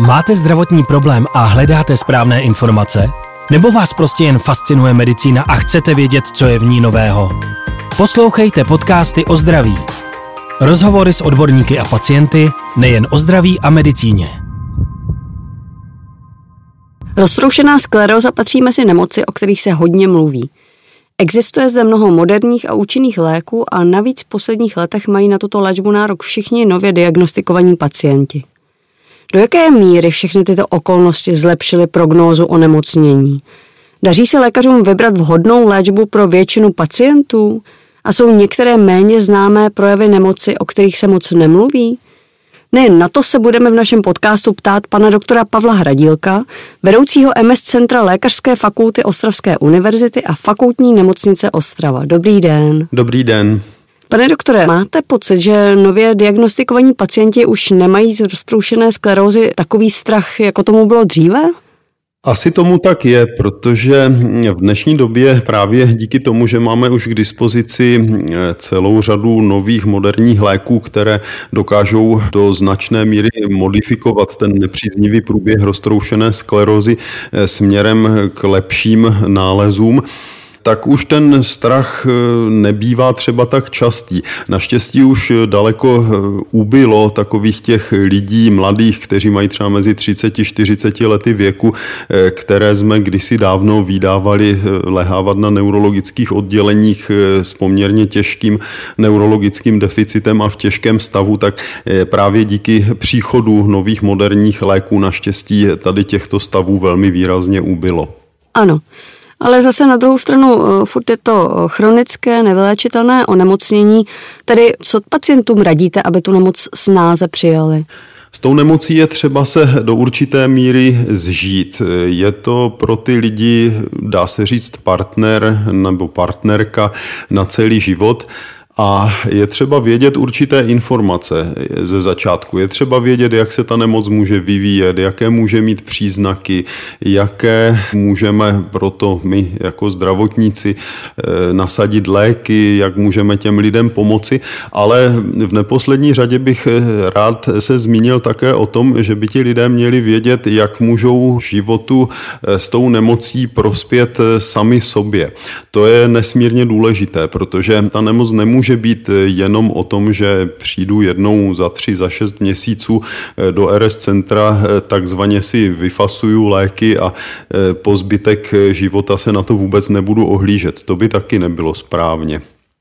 Máte zdravotní problém a hledáte správné informace? Nebo vás prostě jen fascinuje medicína a chcete vědět, co je v ní nového? Poslouchejte podcasty o zdraví. Rozhovory s odborníky a pacienty nejen o zdraví a medicíně. Roztroušená skleróza patří mezi nemoci, o kterých se hodně mluví. Existuje zde mnoho moderních a účinných léků a navíc v posledních letech mají na tuto léčbu nárok všichni nově diagnostikovaní pacienti. Do jaké míry všechny tyto okolnosti zlepšily prognózu onemocnění? Daří se lékařům vybrat vhodnou léčbu pro většinu pacientů? A jsou některé méně známé projevy nemoci, o kterých se moc nemluví? Nejen na to se budeme v našem podcastu ptát pana doktora Pavla Hradílka, vedoucího MS Centra Lékařské fakulty Ostravské univerzity a Fakultní nemocnice Ostrava. Dobrý den. Dobrý den. Pane doktore, máte pocit, že nově diagnostikovaní pacienti už nemají z roztroušené sklerózy takový strach, jako tomu bylo dříve? Asi tomu tak je, protože v dnešní době právě díky tomu, že máme už k dispozici celou řadu nových moderních léků, které dokážou do značné míry modifikovat ten nepříznivý průběh roztroušené sklerózy směrem k lepším nálezům, tak už ten strach nebývá třeba tak častý. Naštěstí už daleko ubylo takových těch lidí mladých, kteří mají třeba mezi 30-40 lety věku, které jsme kdysi dávno vydávali lehávat na neurologických odděleních s poměrně těžkým neurologickým deficitem a v těžkém stavu, tak právě díky příchodu nových moderních léků naštěstí tady těchto stavů velmi výrazně ubylo. Ano. Ale zase na druhou stranu furt je to chronické, nevyléčitelné onemocnění. Tedy co pacientům radíte, aby tu nemoc snáze přijali? S tou nemocí je třeba se do určité míry zžít. Je to pro ty lidi, dá se říct, partner nebo partnerka na celý život. A je třeba vědět určité informace ze začátku. Je třeba vědět, jak se ta nemoc může vyvíjet, jaké může mít příznaky, jaké můžeme proto my jako zdravotníci nasadit léky, jak můžeme těm lidem pomoci. Ale v neposlední řadě bych rád se zmínil také o tom, že by ti lidé měli vědět, jak můžou životu s tou nemocí prospět sami sobě. To je nesmírně důležité, protože ta nemoc nemůže být jenom o tom, že přijdu jednou za 3, za 6 měsíců do RS centra, takzvaně si vyfasuju léky a po zbytek života se na to vůbec nebudu ohlížet. To by taky nebylo správně.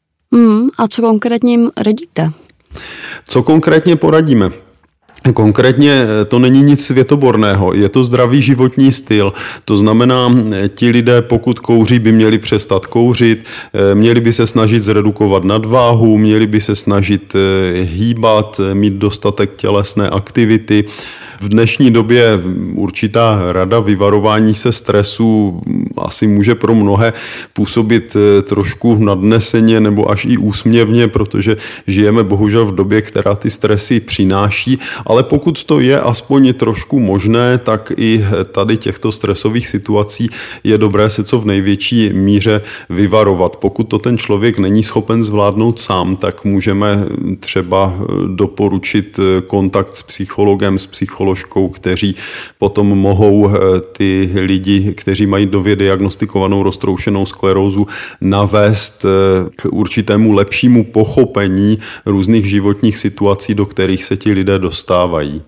A co konkrétně jim radíte? Co konkrétně poradíme? Konkrétně to není nic světoborného, je to zdravý životní styl. To znamená, ti lidé, pokud kouří, by měli přestat kouřit, měli by se snažit zredukovat nadváhu, měli by se snažit hýbat, mít dostatek tělesné aktivity. V dnešní době určitá rada vyvarování se stresu asi může pro mnohé působit trošku nadneseně nebo až i úsměvně, protože žijeme bohužel v době, která ty stresy přináší, ale pokud to je aspoň trošku možné, tak i tady těchto stresových situací je dobré se co v největší míře vyvarovat. Pokud to ten člověk není schopen zvládnout sám, tak můžeme třeba doporučit kontakt s psychologem, s psycholožkou, kteří potom mohou ty lidi, kteří mají nově diagnostikovanou roztroušenou sklerózu, navést k určitému lepšímu pochopení různých životních situací, do kterých se ti lidé dostávají.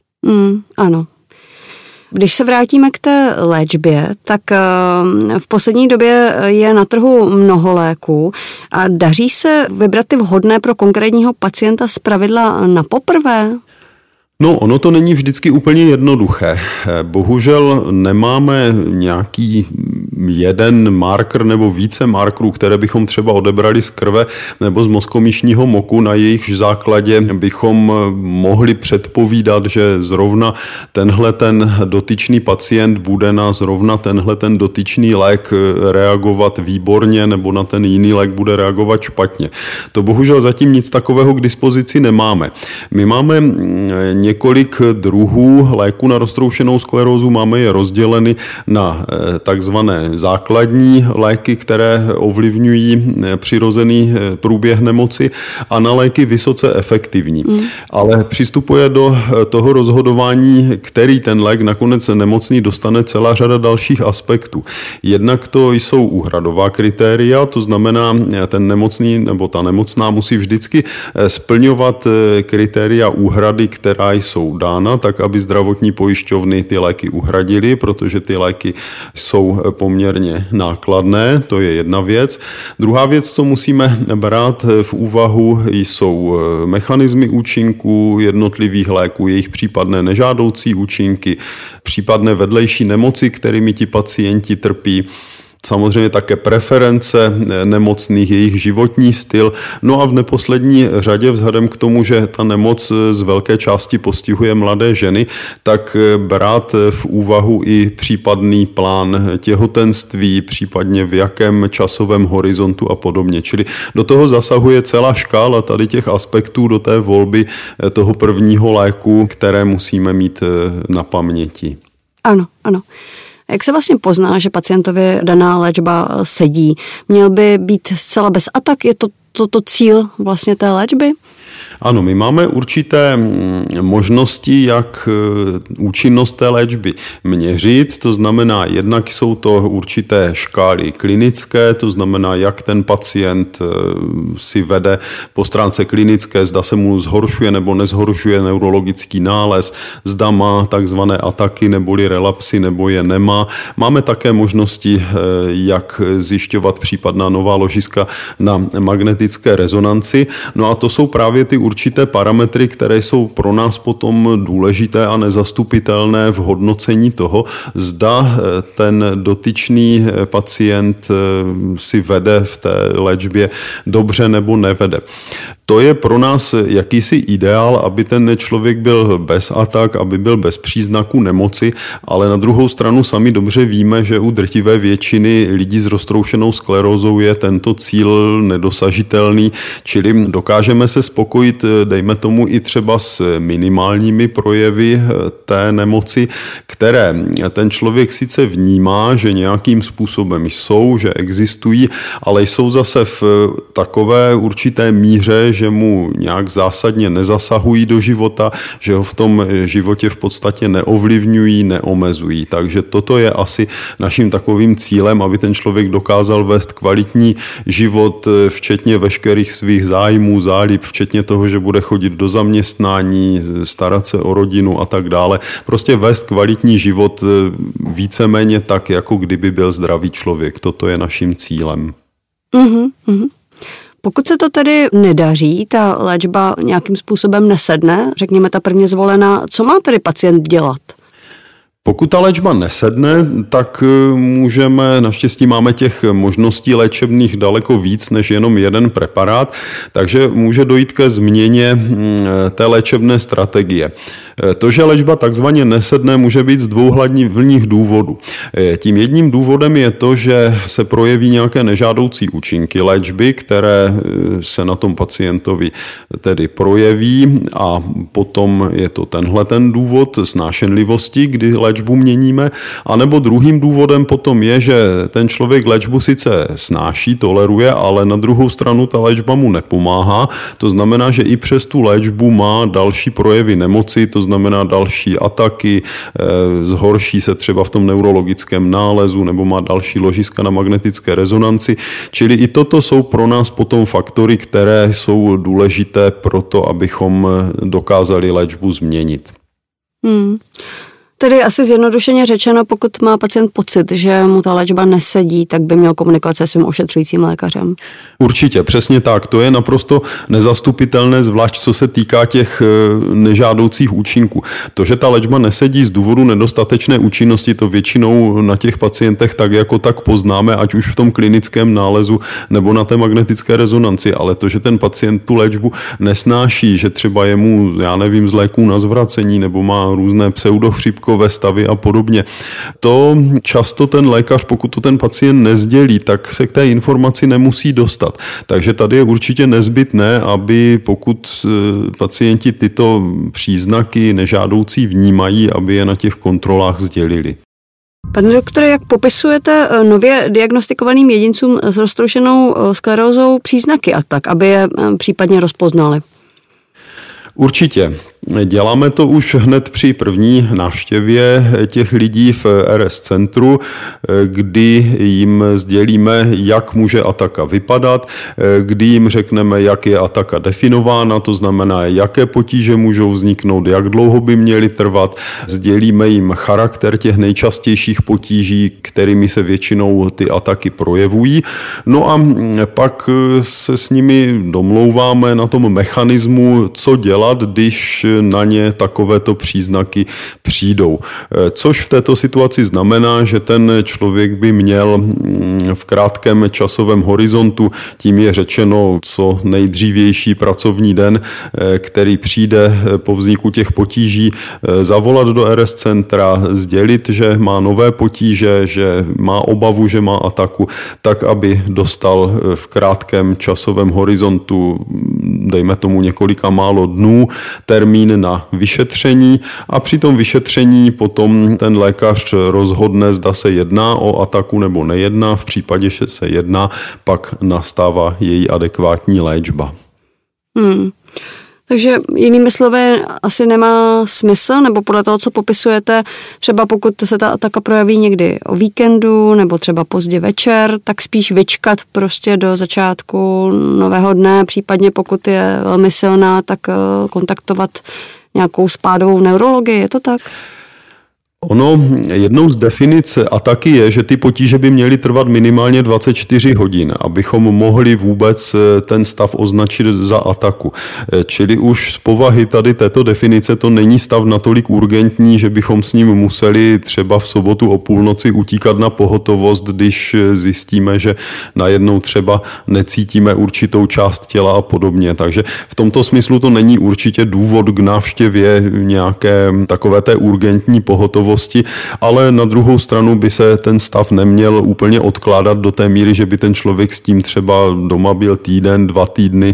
Ano. Když se vrátíme k té léčbě, tak v poslední době je na trhu mnoho léků a daří se vybrat ty vhodné pro konkrétního pacienta zpravidla na poprvé? No, ono to není vždycky úplně jednoduché. Bohužel nemáme nějaký jeden marker nebo více markerů, které bychom třeba odebrali z krve nebo z mozkomyšního moku, na jejichž základě bychom mohli předpovídat, že zrovna tenhle ten dotyčný pacient bude na zrovna tenhle ten dotyčný lék reagovat výborně nebo na ten jiný lék bude reagovat špatně. To bohužel zatím nic takového k dispozici nemáme. My máme několik druhů léků na roztroušenou sklerózu, máme je rozděleny na takzvané základní léky, které ovlivňují přirozený průběh nemoci, a na léky vysoce efektivní. Ale přistupuje do toho rozhodování, který ten lék nakonec nemocný dostane, celá řada dalších aspektů. Jednak to jsou úhradová kritéria, to znamená, ten nemocný nebo ta nemocná musí vždycky splňovat kritéria úhrady, která jsou dána, tak aby zdravotní pojišťovny ty léky uhradily, protože ty léky jsou poměrně nákladné, to je jedna věc. Druhá věc, co musíme brát v úvahu, jsou mechanismy účinků jednotlivých léků, jejich případné nežádoucí účinky, případné vedlejší nemoci, kterými ti pacienti trpí, samozřejmě také preference nemocných, jejich životní styl. No a v neposlední řadě vzhledem k tomu, že ta nemoc z velké části postihuje mladé ženy, tak brát v úvahu i případný plán těhotenství, případně v jakém časovém horizontu a podobně. Čili do toho zasahuje celá škála tady těch aspektů do té volby toho prvního léku, které musíme mít na paměti. Ano, ano. Jak se vlastně pozná, že pacientovi daná léčba sedí? Měl by být zcela bez atak? Je to cíl vlastně té léčby? Ano, my máme určité možnosti, jak účinnost té léčby měřit, to znamená, jednak jsou to určité škály klinické, to znamená, jak ten pacient si vede po stránce klinické, zda se mu zhoršuje nebo nezhoršuje neurologický nález, zda má takzvané ataky neboli relapsy nebo je nemá. Máme také možnosti, jak zjišťovat případná nová ložiska na magnetické rezonanci. No a to jsou právě ty určité parametry, které jsou pro nás potom důležité a nezastupitelné v hodnocení toho, zda ten dotyčný pacient si vede v té léčbě dobře nebo nevede. To je pro nás jakýsi ideál, aby ten člověk byl bez atak, aby byl bez příznaků nemoci, ale na druhou stranu sami dobře víme, že u drtivé většiny lidí s roztroušenou sklerózou je tento cíl nedosažitelný, čili dokážeme se spokojit, dejme tomu, i třeba s minimálními projevy té nemoci, které ten člověk sice vnímá, že nějakým způsobem jsou, že existují, ale jsou zase v takové určité míře, že mu nějak zásadně nezasahují do života, že ho v tom životě v podstatě neovlivňují, neomezují. Takže toto je asi naším takovým cílem, aby ten člověk dokázal vést kvalitní život, včetně veškerých svých zájmů, zálib, včetně toho, že bude chodit do zaměstnání, starat se o rodinu a tak dále. Prostě vést kvalitní život víceméně tak, jako kdyby byl zdravý člověk. Toto je naším cílem. Pokud se to tedy nedaří, ta léčba nějakým způsobem nesedne, řekněme ta prvně zvolená, co má tedy pacient dělat? Pokud ta léčba nesedne, tak naštěstí máme těch možností léčebných daleko víc než jenom jeden preparát, takže může dojít ke změně té léčebné strategie. To, že léčba takzvaně nesedne, může být z dvou hlavních důvodů. Tím jedním důvodem je to, že se projeví nějaké nežádoucí účinky léčby, které se na tom pacientovi tedy projeví, a potom je to tenhle ten důvod snášenlivosti, kdy léčbu měníme, anebo druhým důvodem potom je, že ten člověk léčbu sice snáší, toleruje, ale na druhou stranu ta léčba mu nepomáhá. To znamená, že i přes tu léčbu má další projevy nemoci, to znamená další ataky, zhorší se třeba v tom neurologickém nálezu nebo má další ložiska na magnetické rezonanci. Čili i toto jsou pro nás potom faktory, které jsou důležité pro to, abychom dokázali léčbu změnit. Tedy asi zjednodušeně řečeno, pokud má pacient pocit, že mu ta léčba nesedí, tak by měl komunikovat se svým ošetřujícím lékařem. Určitě, přesně tak. To je naprosto nezastupitelné, zvlášť co se týká těch nežádoucích účinků. To, že ta léčba nesedí z důvodu nedostatečné účinnosti, to většinou na těch pacientech tak jako tak poznáme, ať už v tom klinickém nálezu nebo na té magnetické rezonanci, ale to, že ten pacient tu léčbu nesnáší, že třeba je mu, z léků na zvracení nebo má různé pseudochřipkové stavy a podobně. To často ten lékař, pokud to ten pacient nesdělí, tak se k té informaci nemusí dostat. Takže tady je určitě nezbytné, aby pokud pacienti tyto příznaky nežádoucí vnímají, aby je na těch kontrolách sdělili. Pane doktore, jak popisujete nově diagnostikovaným jedincům s roztroušenou sklerózou příznaky a tak, aby je případně rozpoznali? Určitě. Děláme to už hned při první návštěvě těch lidí v RS centru, kdy jim sdělíme, jak může ataka vypadat, kdy jim řekneme, jak je ataka definována, to znamená, jaké potíže můžou vzniknout, jak dlouho by měly trvat, sdělíme jim charakter těch nejčastějších potíží, kterými se většinou ty ataky projevují. No a pak se s nimi domlouváme na tom mechanismu, co dělat, když na ně takovéto příznaky přijdou. Což v této situaci znamená, že ten člověk by měl v krátkém časovém horizontu, tím je řečeno co nejdřívější pracovní den, který přijde po vzniku těch potíží, zavolat do RS centra, sdělit, že má nové potíže, že má obavu, že má ataku, tak, aby dostal v krátkém časovém horizontu, dejme tomu několika málo dnů, termín na vyšetření a při tom vyšetření potom ten lékař rozhodne, zda se jedná o ataku nebo nejedná. V případě, že se jedná, pak nastává její adekvátní léčba. Takže jinými slovy asi nemá smysl, nebo podle toho, co popisujete, třeba pokud se ta ataka projeví někdy o víkendu nebo třeba pozdě večer, tak spíš vyčkat prostě do začátku nového dne, případně pokud je velmi silná, tak kontaktovat nějakou spádovou neurologii, je to tak? Ono, jednou z definic ataky je, že ty potíže by měly trvat minimálně 24 hodin, abychom mohli vůbec ten stav označit za ataku. Čili už z povahy tady této definice to není stav natolik urgentní, že bychom s ním museli třeba v sobotu o půlnoci utíkat na pohotovost, když zjistíme, že najednou třeba necítíme určitou část těla a podobně. Takže v tomto smyslu to není určitě důvod k návštěvě nějaké takové té urgentní pohotovosti, ale na druhou stranu by se ten stav neměl úplně odkládat do té míry, že by ten člověk s tím třeba doma byl týden, 2 týdny,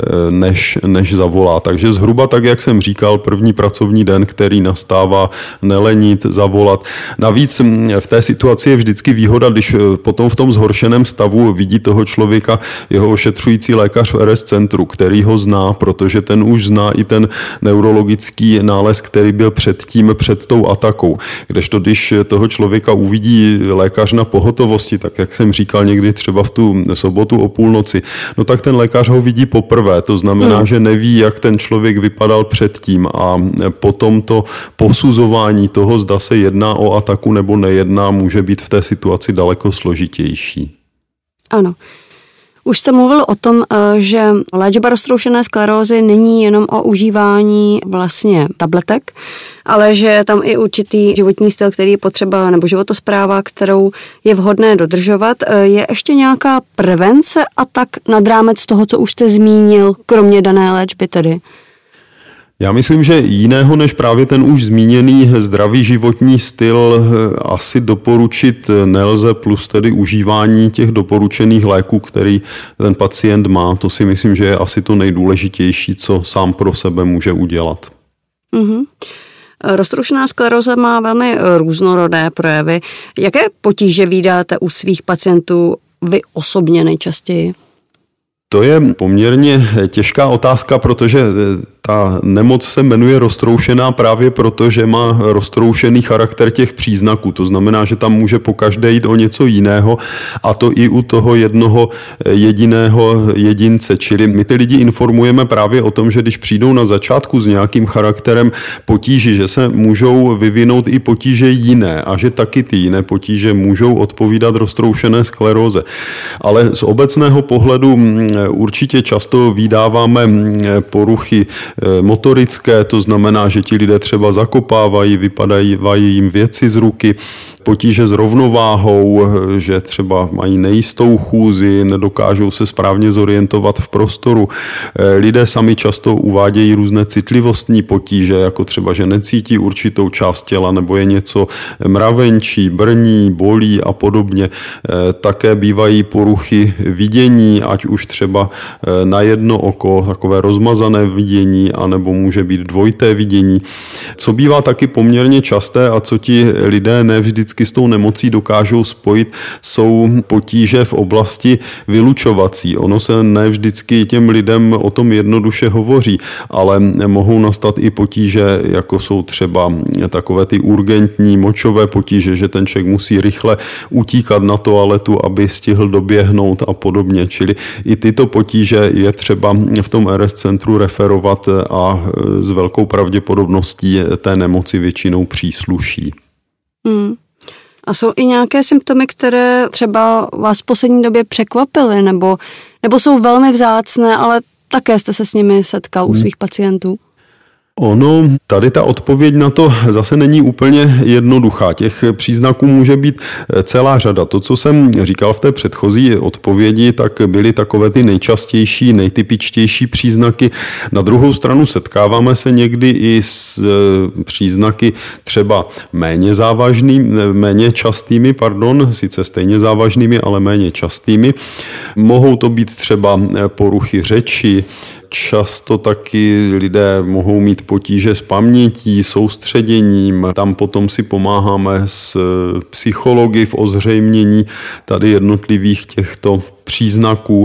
než zavolá. Takže zhruba tak, jak jsem říkal, první pracovní den, který nastává, nelenit, zavolat. Navíc v té situaci je vždycky výhoda, když potom v tom zhoršeném stavu vidí toho člověka jeho ošetřující lékař v RS centru, který ho zná, protože ten už zná i ten neurologický nález, který byl před tou atakou. Kdežto když toho člověka uvidí lékař na pohotovosti, tak jak jsem říkal někdy třeba v tu sobotu o půlnoci, no tak ten lékař ho vidí poprvé. To znamená, že neví, jak ten člověk vypadal předtím a potom to posuzování toho, zda se jedná o ataku nebo nejedná, může být v té situaci daleko složitější. Ano. Už jste mluvil o tom, že léčba roztroušené sklerózy není jenom o užívání vlastně tabletek, ale že je tam i určitý životní styl, který je potřeba, nebo životospráva, kterou je vhodné dodržovat. Je ještě nějaká prevence a tak nad rámec toho, co už jste zmínil, kromě dané léčby tedy? Já myslím, že jiného než právě ten už zmíněný zdravý životní styl asi doporučit nelze, plus tedy užívání těch doporučených léků, který ten pacient má. To si myslím, že je asi to nejdůležitější, co sám pro sebe může udělat. Roztroušená skleróza má velmi různorodé projevy. Jaké potíže vídáte u svých pacientů vy osobně nejčastěji? To je poměrně těžká otázka, protože ta nemoc se jmenuje roztroušená právě proto, že má roztroušený charakter těch příznaků. To znamená, že tam může pokaždé jít o něco jiného, a to i u toho jednoho jediného jedince. Čili my ty lidi informujeme právě o tom, že když přijdou na začátku s nějakým charakterem potíží, že se můžou vyvinout i potíže jiné a že taky ty jiné potíže můžou odpovídat roztroušené skleróze. Ale z obecného pohledu určitě často vídáváme poruchy motorické, to znamená, že ti lidé třeba zakopávají, vypadají jim věci z ruky, potíže s rovnováhou, že třeba mají nejistou chůzi, nedokážou se správně zorientovat v prostoru. Lidé sami často uvádějí různé citlivostní potíže, jako třeba, že necítí určitou část těla nebo je něco mravenčí, brní, bolí a podobně. Také bývají poruchy vidění, ať už třeba třeba na jedno oko, takové rozmazané vidění, anebo může být dvojité vidění. Co bývá taky poměrně časté a co ti lidé ne vždycky s tou nemocí dokážou spojit, jsou potíže v oblasti vylučovací. Ono se ne vždycky těm lidem o tom jednoduše hovoří, ale mohou nastat i potíže, jako jsou třeba takové ty urgentní močové potíže, že ten člověk musí rychle utíkat na toaletu, aby stihl doběhnout a podobně. Čili i tyto potíže je třeba v tom RS centru referovat a s velkou pravděpodobností té nemoci většinou přísluší. A jsou i nějaké symptomy, které třeba vás v poslední době překvapily, nebo jsou velmi vzácné, ale také jste se s nimi setkal u svých pacientů? Ono, tady ta odpověď na to zase není úplně jednoduchá. Těch příznaků může být celá řada. To, co jsem říkal v té předchozí odpovědi, tak byly takové ty nejčastější, nejtypičtější příznaky. Na druhou stranu setkáváme se někdy i s příznaky třeba méně častými, sice stejně závažnými, ale méně častými. Mohou to být třeba poruchy řeči, často taky lidé mohou mít potíže s pamětí, soustředěním. Tam potom si pomáháme s psychology v ozřejmění tady jednotlivých těchto příznaků.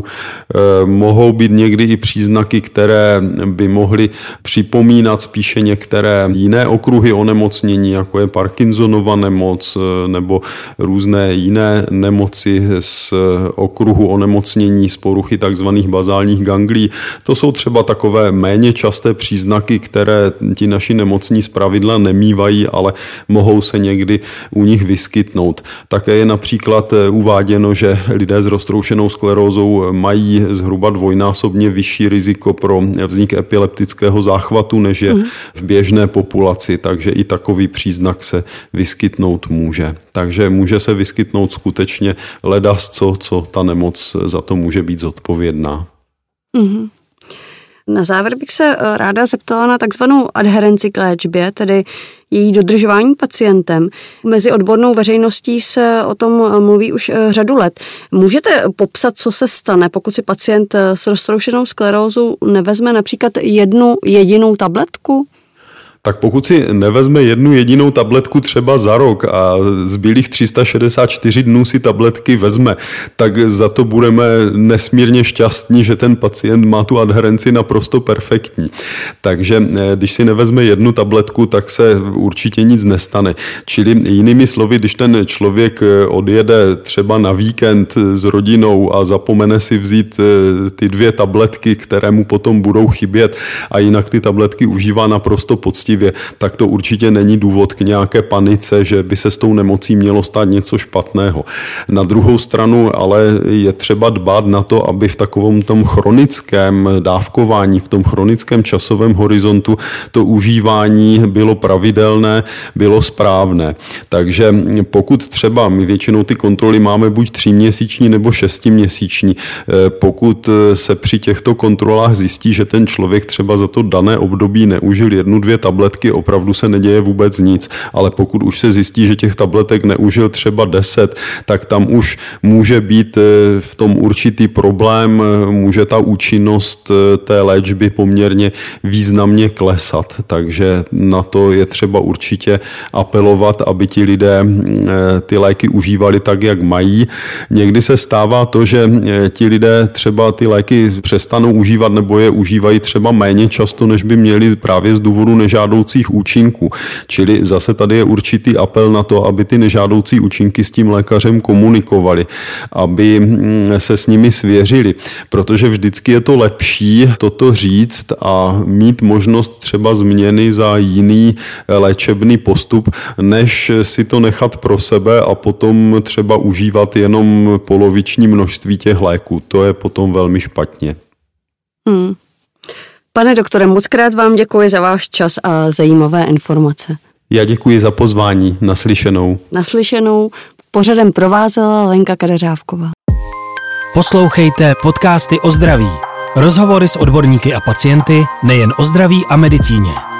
Mohou být někdy i příznaky, které by mohly připomínat spíše některé jiné okruhy onemocnění, jako je Parkinsonova nemoc nebo různé jiné nemoci z okruhu onemocnění z poruchy takzvaných bazálních ganglií. To jsou třeba takové méně časté příznaky, které ti naši nemocní zpravidla nemívají, ale mohou se někdy u nich vyskytnout. Také je například uváděno, že lidé s roztroušenou sklerózou mají zhruba dvojnásobně vyšší riziko pro vznik epileptického záchvatu, než je v běžné populaci, takže i takový příznak se vyskytnout může. Takže může se vyskytnout skutečně ledasco, co ta nemoc za to může být zodpovědná. Mm-hmm. Na závěr bych se ráda zeptala na takzvanou adherenci k léčbě, tedy její dodržování pacientem. Mezi odbornou veřejností se o tom mluví už řadu let. Můžete popsat, co se stane, pokud si pacient s roztroušenou sklerózou nevezme například jednu jedinou tabletku? Tak pokud si nevezme jednu jedinou tabletku třeba za rok a zbylých 364 dnů si tabletky vezme, tak za to budeme nesmírně šťastní, že ten pacient má tu adherenci naprosto perfektní. Takže když si nevezme jednu tabletku, tak se určitě nic nestane. Čili jinými slovy, když ten člověk odjede třeba na víkend s rodinou a zapomene si vzít ty 2 tabletky, které mu potom budou chybět a jinak ty tabletky užívá naprosto poctivě, tak to určitě není důvod k nějaké panice, že by se s tou nemocí mělo stát něco špatného. Na druhou stranu ale je třeba dbát na to, aby v takovém tom chronickém dávkování, v tom chronickém časovém horizontu to užívání bylo pravidelné, bylo správné. Takže pokud třeba my většinou ty kontroly máme buď 3měsíční nebo 6měsíční, pokud se při těchto kontrolách zjistí, že ten člověk třeba za to dané období neužil 1-2 tabletky, opravdu se neděje vůbec nic, ale pokud už se zjistí, že těch tabletek neužil třeba 10, tak tam už může být v tom určitý problém, může ta účinnost té léčby poměrně významně klesat, takže na to je třeba určitě apelovat, aby ti lidé ty léky užívali tak, jak mají. Někdy se stává to, že ti lidé třeba ty léky přestanou užívat nebo je užívají třeba méně často, než by měli právě z důvodu nežádoucích účinků. Čili zase tady je určitý apel na to, aby ty nežádoucí účinky s tím lékařem komunikovali, aby se s nimi svěřili, protože vždycky je to lepší toto říct a mít možnost třeba změny za jiný léčebný postup, než si to nechat pro sebe a potom třeba užívat jenom poloviční množství těch léků. To je potom velmi špatně. Pane doktore, mockrát vám děkuji za váš čas a zajímavé informace. Já děkuji za pozvání. Naslyšenou. Naslyšenou. Pořadem provázela Lenka Kadeřávková. Poslouchejte podcasty o zdraví. Rozhovory s odborníky a pacienty nejen o zdraví a medicíně.